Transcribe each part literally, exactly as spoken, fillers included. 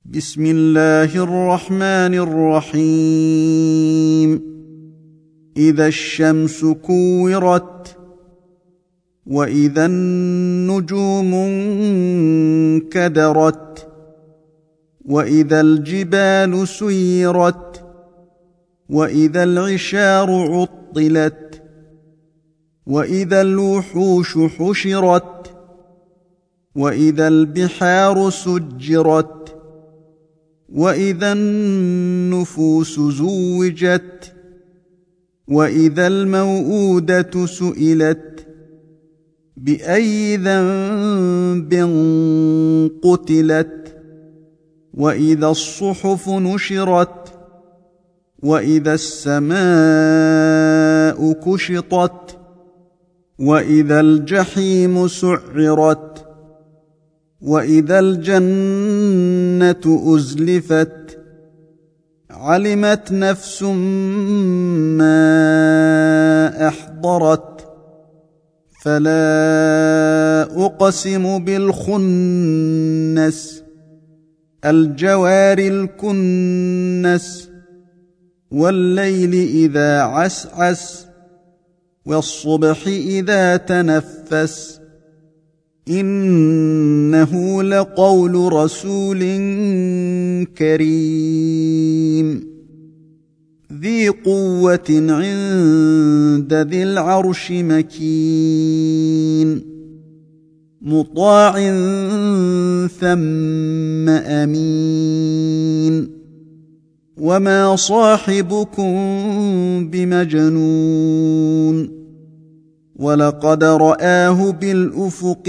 بسم الله الرحمن الرحيم. إذا الشمس كورت وإذا النجوم انكدرت وإذا الجبال سيرت وإذا العشار عطلت وإذا الوحوش حشرت وإذا البحار سجرت وإذا النفوس زوجت وإذا الموءودة سئلت بأي ذنب قتلت وإذا الصحف نشرت وإذا السماء كشطت وإذا الجحيم سعرت وإذا الجنة أزلفت علمت نفس ما أحضرت فلا أقسم بالخنس الجوار الكنس والليل إذا عسعس والصبح إذا تنفس إنه لقول رسول كريم ذي قوة عند ذي العرش مكين مطاع ثم أمين وما صاحبكم بمجنون ولقد رآه بالأفق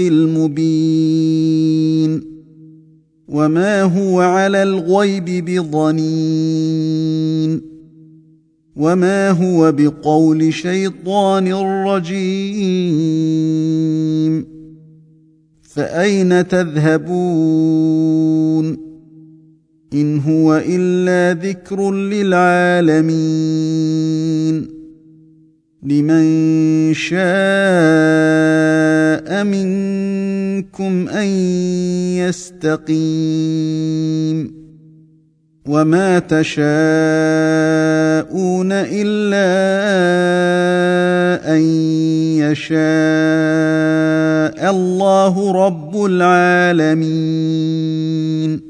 المبين وما هو على الغيب بضنين وما هو بقول شيطان رجيم فأين تذهبون إن هو إلا ذكر للعالمين لمن شاء منكم أن يستقيم وما تشاءون إلا أن يشاء الله رب العالمين.